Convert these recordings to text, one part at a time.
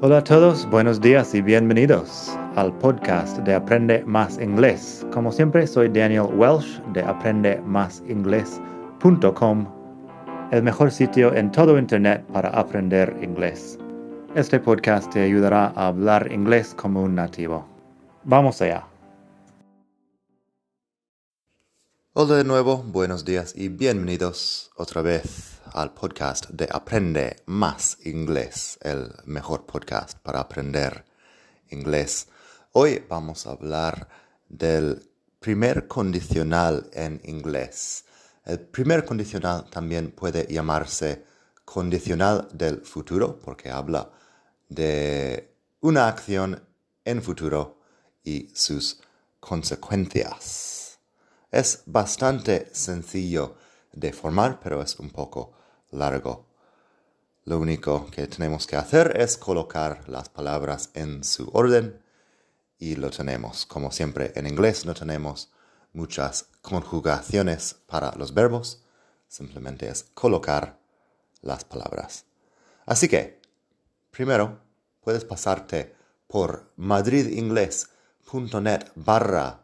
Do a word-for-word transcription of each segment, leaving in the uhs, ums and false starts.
Hola a todos, buenos días y bienvenidos al podcast de Aprende Más Inglés. Como siempre, soy Daniel Welsh de aprende más inglés punto com, el mejor sitio en todo Internet para aprender inglés. Este podcast te ayudará a hablar inglés como un nativo. Vamos allá. Hola de nuevo, buenos días y bienvenidos otra vez al podcast de Aprende Más Inglés, el mejor podcast para aprender inglés. Hoy vamos a hablar del primer condicional en inglés. El primer condicional también puede llamarse condicional del futuro porque habla de una acción en futuro y sus consecuencias. Es bastante sencillo de formar, pero es un poco largo. Lo único que tenemos que hacer es colocar las palabras en su orden y lo tenemos. Como siempre, en inglés no tenemos muchas conjugaciones para los verbos. Simplemente es colocar las palabras. Así que, primero, puedes pasarte por madridingles.net barra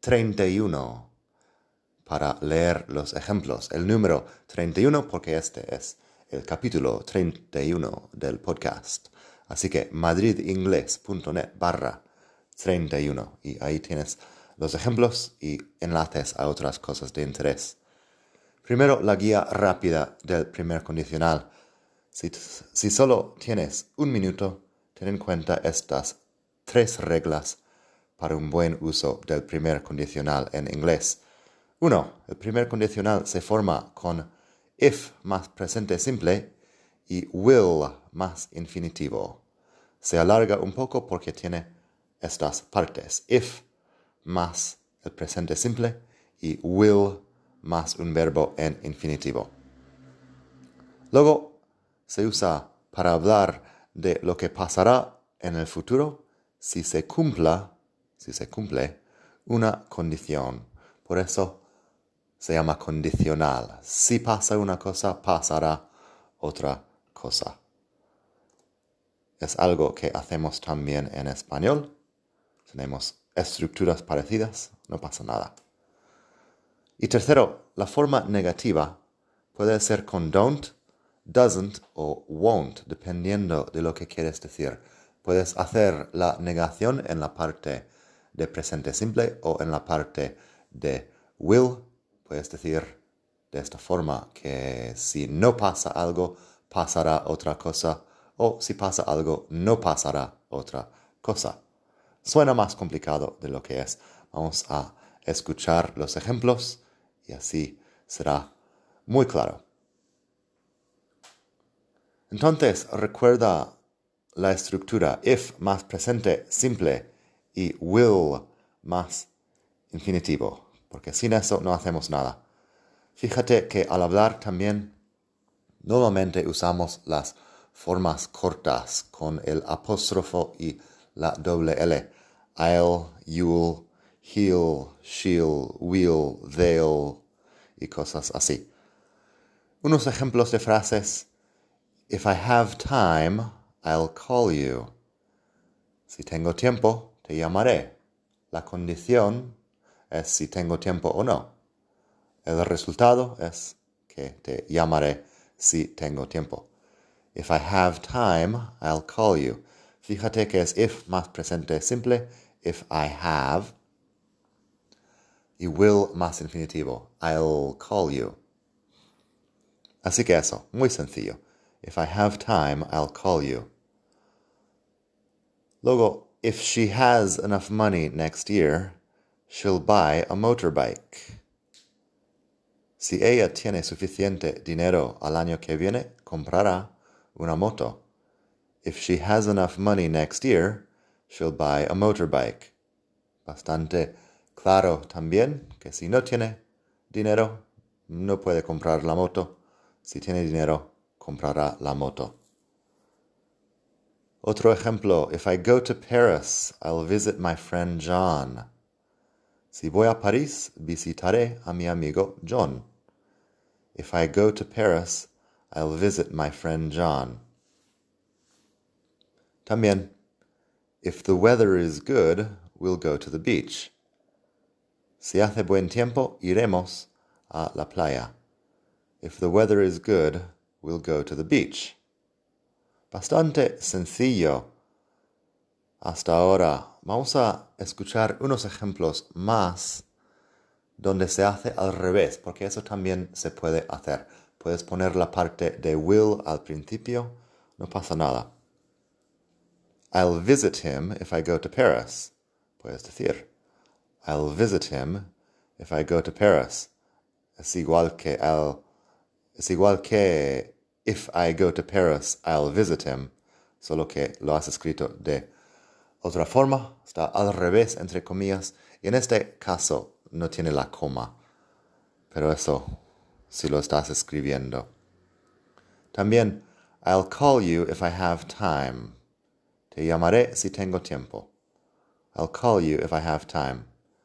31 para leer los ejemplos. El número treinta y uno porque este es el capítulo treinta y uno del podcast. Así que madridingles.net barra 31 y ahí tienes los ejemplos y enlaces a otras cosas de interés. Primero, la guía rápida del primer condicional. Si, si solo tienes un minuto, ten en cuenta estas tres reglas para un buen uso del primer condicional en inglés. Uno, el primer condicional se forma con if más presente simple y will más infinitivo. Se alarga un poco porque tiene estas partes. If más el presente simple y will más un verbo en infinitivo. Luego se usa para hablar de lo que pasará en el futuro si se cumpla, si se cumple una condición. Por eso se llama condicional. Si pasa una cosa, pasará otra cosa. Es algo que hacemos también en español. Tenemos estructuras parecidas, no pasa nada. Y tercero, la forma negativa puede ser con don't, doesn't o won't, dependiendo de lo que quieres decir. Puedes hacer la negación en la parte de presente simple o en la parte de will. Puedes decir de esta forma que si no pasa algo, pasará otra cosa, o si pasa algo, no pasará otra cosa. Suena más complicado de lo que es. Vamos a escuchar los ejemplos y así será muy claro. Entonces, recuerda la estructura if más presente simple y will más infinitivo, porque sin eso no hacemos nada. Fíjate que al hablar también normalmente usamos las formas cortas con el apóstrofo y la doble L. I'll, you'll, he'll, she'll, we'll, they'll y cosas así. Unos ejemplos de frases. If I have time, I'll call you. Si tengo tiempo, te llamaré. La condición es si tengo tiempo o no. El resultado es que te llamaré si tengo tiempo. If I have time, I'll call you. Fíjate que es if más presente simple, if I have, y will más infinitivo, I'll call you. Así que eso, muy sencillo. If I have time, I'll call you. Luego, if she has enough money next year, she'll buy a motorbike. Si ella tiene suficiente dinero al año que viene, comprará una moto. If she has enough money next year, she'll buy a motorbike. Bastante claro también que si no tiene dinero, no puede comprar la moto. Si tiene dinero, comprará la moto. Otro ejemplo, if I go to Paris, I'll visit my friend John. Si voy a París, visitaré a mi amigo John. If I go to Paris, I'll visit my friend John. También, if the weather is good, we'll go to the beach. Si hace buen tiempo, iremos a la playa. If the weather is good, we'll go to the beach. Bastante sencillo. Hasta ahora, vamos a escuchar unos ejemplos más donde se hace al revés, porque eso también se puede hacer. Puedes poner la parte de will al principio, no pasa nada. I'll visit him if I go to Paris. Puedes decir, I'll visit him if I go to Paris. Es igual que I'll, es igual que if I go to Paris, I'll visit him. Solo que lo has escrito de otra forma, está al revés, entre comillas, y en este caso no tiene la coma. Pero eso, si lo estás escribiendo. También, I'll call you if I have time. Te llamaré si tengo tiempo. I'll call you if I have time.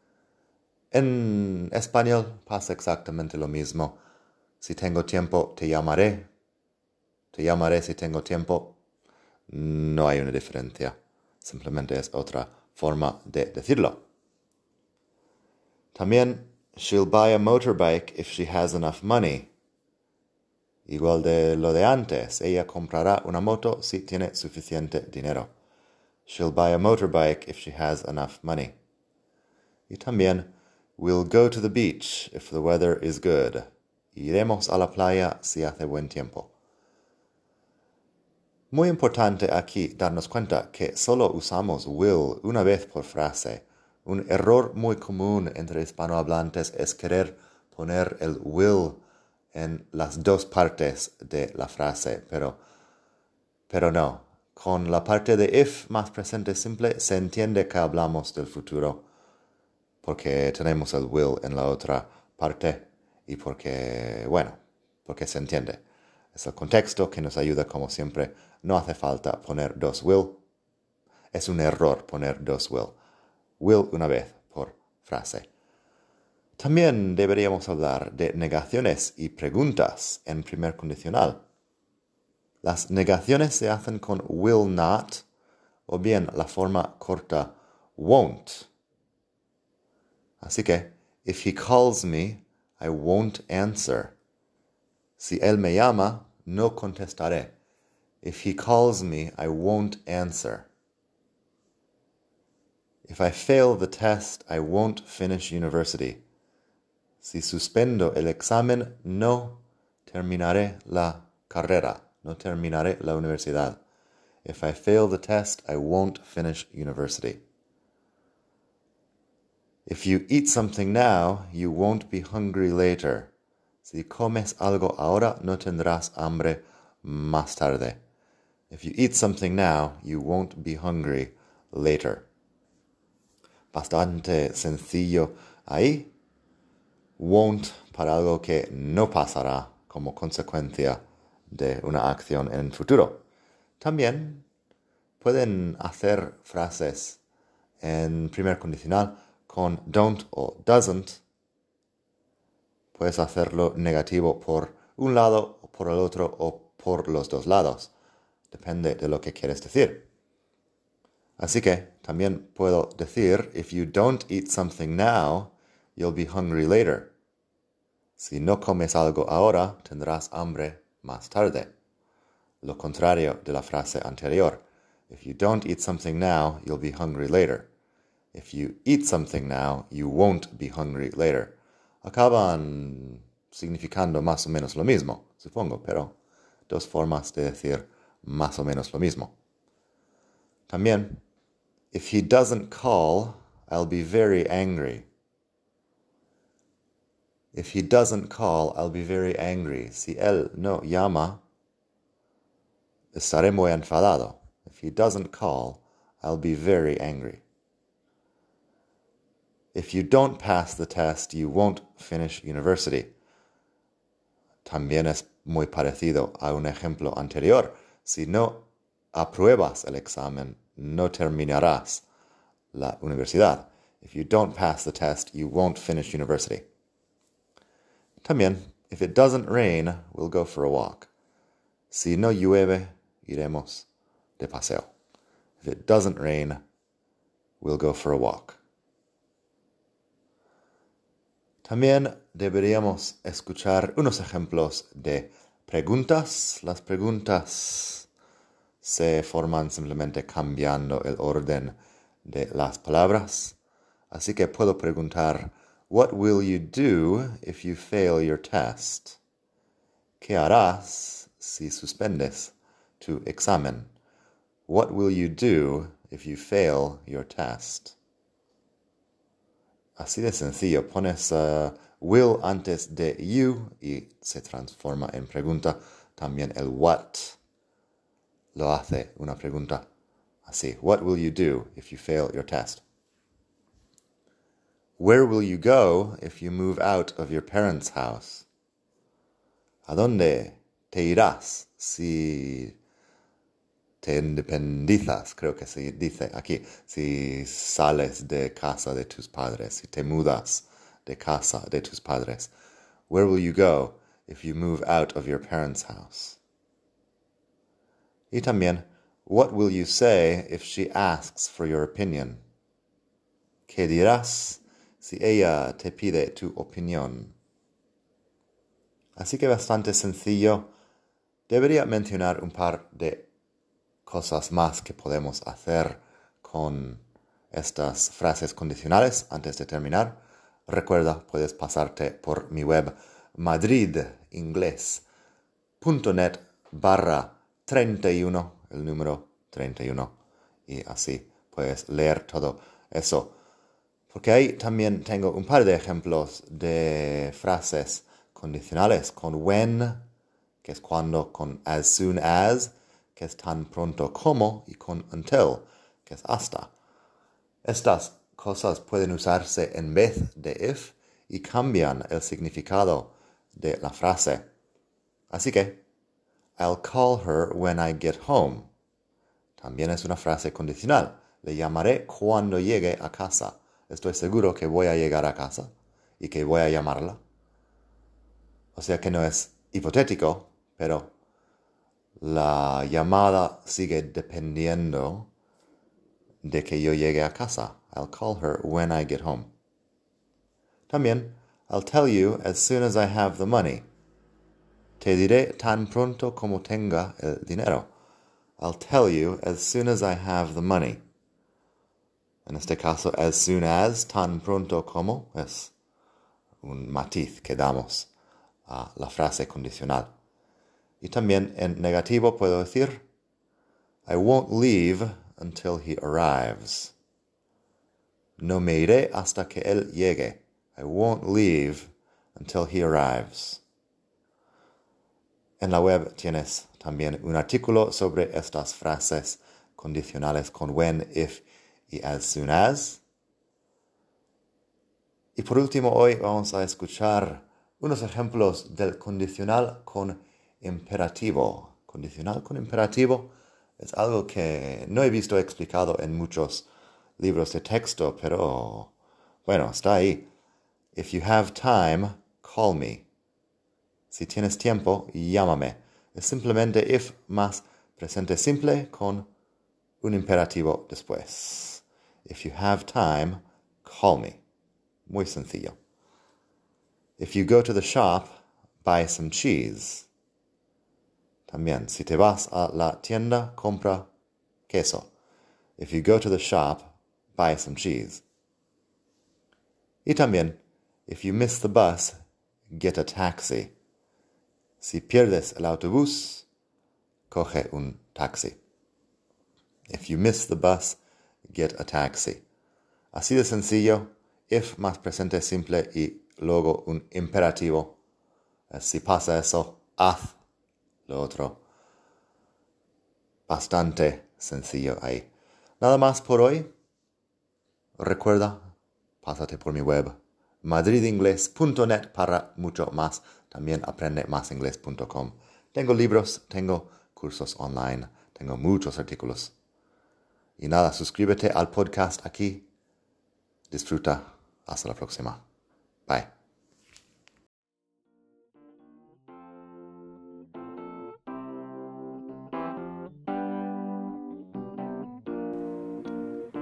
En español pasa exactamente lo mismo. Si tengo tiempo, te llamaré. Te llamaré si tengo tiempo. No hay una diferencia. Simplemente es otra forma de decirlo. También, she'll buy a motorbike if she has enough money. Igual de lo de antes, ella comprará una moto si tiene suficiente dinero. She'll buy a motorbike if she has enough money. Y también, we'll go to the beach if the weather is good. Iremos a la playa si hace buen tiempo. Muy importante aquí darnos cuenta que solo usamos will una vez por frase. Un error muy común entre hispanohablantes es querer poner el will en las dos partes de la frase, pero, pero no. Con la parte de if más presente simple se entiende que hablamos del futuro porque tenemos el will en la otra parte y porque, bueno, porque se entiende. Es el contexto que nos ayuda como siempre. No hace falta poner dos will. Es un error poner dos will. Will una vez por frase. También deberíamos hablar de negaciones y preguntas en primer condicional. Las negaciones se hacen con will not o bien la forma corta won't. Así que, if he calls me, I won't answer. Si él me llama, no contestaré. If he calls me, I won't answer. If I fail the test, I won't finish university. Si suspendo el examen, no terminaré la carrera. No terminaré la universidad. If I fail the test, I won't finish university. If you eat something now, you won't be hungry later. Si comes algo ahora, no tendrás hambre más tarde. If you eat something now, you won't be hungry later. Bastante sencillo ahí. Won't para algo que no pasará como consecuencia de una acción en el futuro. También pueden hacer frases en primer condicional con don't o doesn't. Puedes hacerlo negativo por un lado, o por el otro, o por los dos lados. Depende de lo que quieres decir. Así que también puedo decir, if you don't eat something now, you'll be hungry later. Si no comes algo ahora, tendrás hambre más tarde. Lo contrario de la frase anterior. If you don't eat something now, you'll be hungry later. If you eat something now, you won't be hungry later. Acaban significando más o menos lo mismo, supongo, pero dos formas de decir más o menos lo mismo. También, if he doesn't call, I'll be very angry. If he doesn't call, I'll be very angry. Si él no llama, estaré muy enfadado. If he doesn't call, I'll be very angry. If you don't pass the test, you won't finish university. También es muy parecido a un ejemplo anterior. Si no apruebas el examen, no terminarás la universidad. If you don't pass the test, you won't finish university. También, if it doesn't rain, we'll go for a walk. Si no llueve, iremos de paseo. If it doesn't rain, we'll go for a walk. También deberíamos escuchar unos ejemplos de preguntas. Las preguntas se forman simplemente cambiando el orden de las palabras. Así que puedo preguntar, what will you do if you fail your test? ¿Qué harás si suspendes tu examen? What will you do if you fail your test? Así de sencillo, pones uh, will antes de you y se transforma en pregunta. También el what lo hace una pregunta así. What will you do if you fail your test? Where will you go if you move out of your parents' house? ¿A dónde te irás si te independizas? Creo que se dice aquí. Si sales de casa de tus padres, si te mudas de casa de tus padres. Where will you go if you move out of your parents' house? Y también, what will you say if she asks for your opinion? ¿Qué dirás si ella te pide tu opinión? Así que bastante sencillo. Debería mencionar un par de cosas más que podemos hacer con estas frases condicionales antes de terminar. Recuerda, puedes pasarte por mi web madridingles.net barra 31, el número treinta y uno, y así puedes leer todo eso. Porque ahí también tengo un par de ejemplos de frases condicionales con when, que es cuando, con as soon as, que es tan pronto como, y con until, que es hasta. Estas cosas pueden usarse en vez de if y cambian el significado de la frase. Así que, I'll call her when I get home. También es una frase condicional. Le llamaré cuando llegue a casa. Estoy seguro que voy a llegar a casa y que voy a llamarla. O sea que no es hipotético, pero la llamada sigue dependiendo de que yo llegue a casa. I'll call her when I get home. También, I'll tell you as soon as I have the money. Te diré tan pronto como tenga el dinero. I'll tell you as soon as I have the money. En este caso, as soon as, tan pronto como, es un matiz que damos a la frase condicional. Y también en negativo puedo decir, I won't leave until he arrives. No me iré hasta que él llegue. I won't leave until he arrives. En la web tienes también un artículo sobre estas frases condicionales con when, if y as soon as. Y por último, hoy vamos a escuchar unos ejemplos del condicional con imperativo. Condicional con imperativo es algo que no he visto explicado en muchos libros de texto, pero bueno, está ahí. If you have time, call me. Si tienes tiempo, llámame. Es simplemente if más presente simple con un imperativo después. If you have time, call me. Muy sencillo. If you go to the shop, buy some cheese. También, si te vas a la tienda, compra queso. If you go to the shop, buy some cheese. Y también, if you miss the bus, get a taxi. Si pierdes el autobús, coge un taxi. If you miss the bus, get a taxi. Así de sencillo, if más presente simple y luego un imperativo. Si pasa eso, haz lo otro. Bastante sencillo ahí. Nada más por hoy. Recuerda, pásate por mi web madridingles punto net para mucho más. También aprende más inglés punto com. Tengo libros, tengo cursos online, tengo muchos artículos. Y nada, suscríbete al podcast aquí. Disfruta. Hasta la próxima. Bye.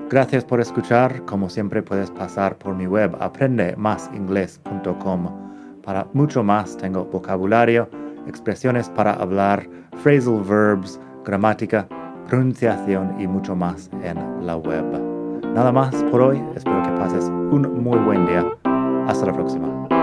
Gracias por escuchar. Como siempre puedes pasar por mi web aprende más inglés punto com. Para mucho más tengo vocabulario, expresiones para hablar, phrasal verbs, gramática, pronunciación y mucho más en la web. Nada más por hoy. Espero que pases un muy buen día. Hasta la próxima.